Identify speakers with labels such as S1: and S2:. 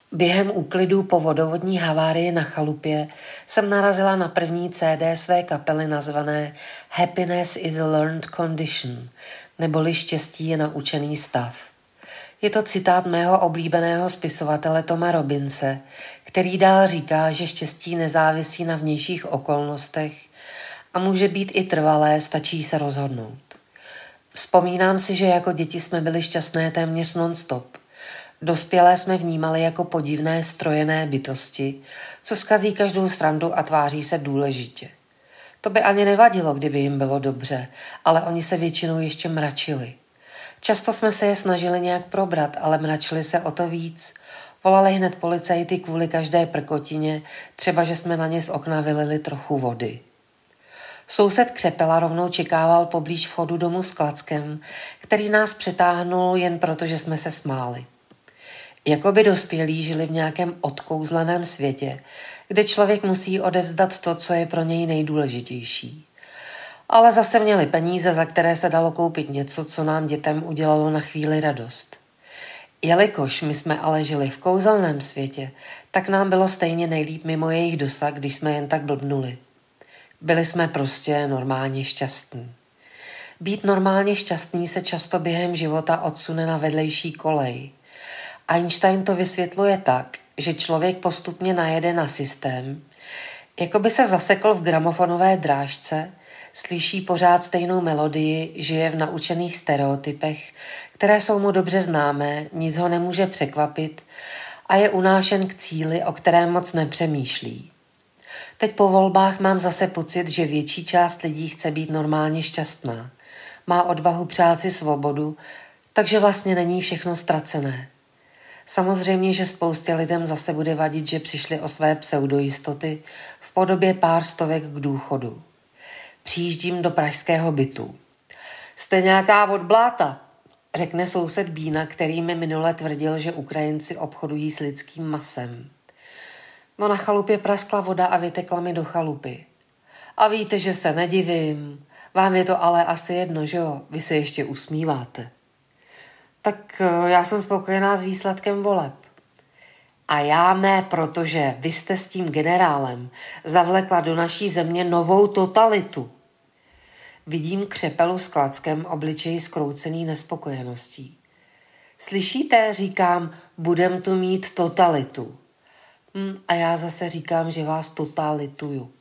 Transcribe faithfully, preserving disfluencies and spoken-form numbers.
S1: Během úklidu po vodovodní havárii na chalupě jsem narazila na první C D své kapely nazvané Happiness is a Learned Condition, neboli štěstí je naučený stav. Je to citát mého oblíbeného spisovatele Toma Robbinse, který dál říká, že štěstí nezávisí na vnějších okolnostech a může být i trvalé, stačí se rozhodnout. Vzpomínám si, že jako děti jsme byli šťastné téměř non-stop. Dospělé jsme vnímali jako podivné strojené bytosti, co skazí každou srandu a tváří se důležitě. To by ani nevadilo, kdyby jim bylo dobře, ale oni se většinou ještě mračili. Často jsme se je snažili nějak probrat, ale mračili se o to víc. Volali hned policajty kvůli každé prkotině, třeba že jsme na ně z okna vylili trochu vody. Soused Křepela rovnou čekával poblíž vchodu domu s klackem, který nás přetáhnul jen proto, že jsme se smáli. Jakoby dospělí žili v nějakém odkouzleném světě, kde člověk musí odevzdat to, co je pro něj nejdůležitější. Ale zase měli peníze, za které se dalo koupit něco, co nám dětem udělalo na chvíli radost. Jelikož my jsme ale žili v kouzelném světě, tak nám bylo stejně nejlíp mimo jejich dosah, když jsme jen tak blbnuli. Byli jsme prostě normálně šťastní. Být normálně šťastný se často během života odsune na vedlejší kolej. Einstein to vysvětluje tak, že člověk postupně najede na systém, jako by se zasekl v gramofonové drážce, slyší pořád stejnou melodii, žije v naučených stereotypech, které jsou mu dobře známé, nic ho nemůže překvapit a je unášen k cíli, o kterém moc nepřemýšlí. Teď po volbách mám zase pocit, že větší část lidí chce být normálně šťastná. Má odvahu přát si svobodu, takže vlastně není všechno ztracené. Samozřejmě, že spoustě lidem zase bude vadit, že přišli o své pseudojistoty v podobě pár stovek k důchodu. Přijíždím do pražského bytu. Jste nějaká od bláta, řekne soused Bína, který mi minule tvrdil, že Ukrajinci obchodují s lidským masem. No na chalupě praskla voda a vytekla mi do chalupy. A víte, že se nedivím. Vám je to ale asi jedno, že jo? Vy se ještě usmíváte. Tak já jsem spokojená s výsledkem voleb. A já ne, protože vy jste s tím generálem zavlekla do naší země novou totalitu. Vidím Křepelu s klackem, obličej skroucený nespokojeností. Slyšíte, říkám, budem tu mít totalitu. Hm, a já zase říkám, že vás totalituju.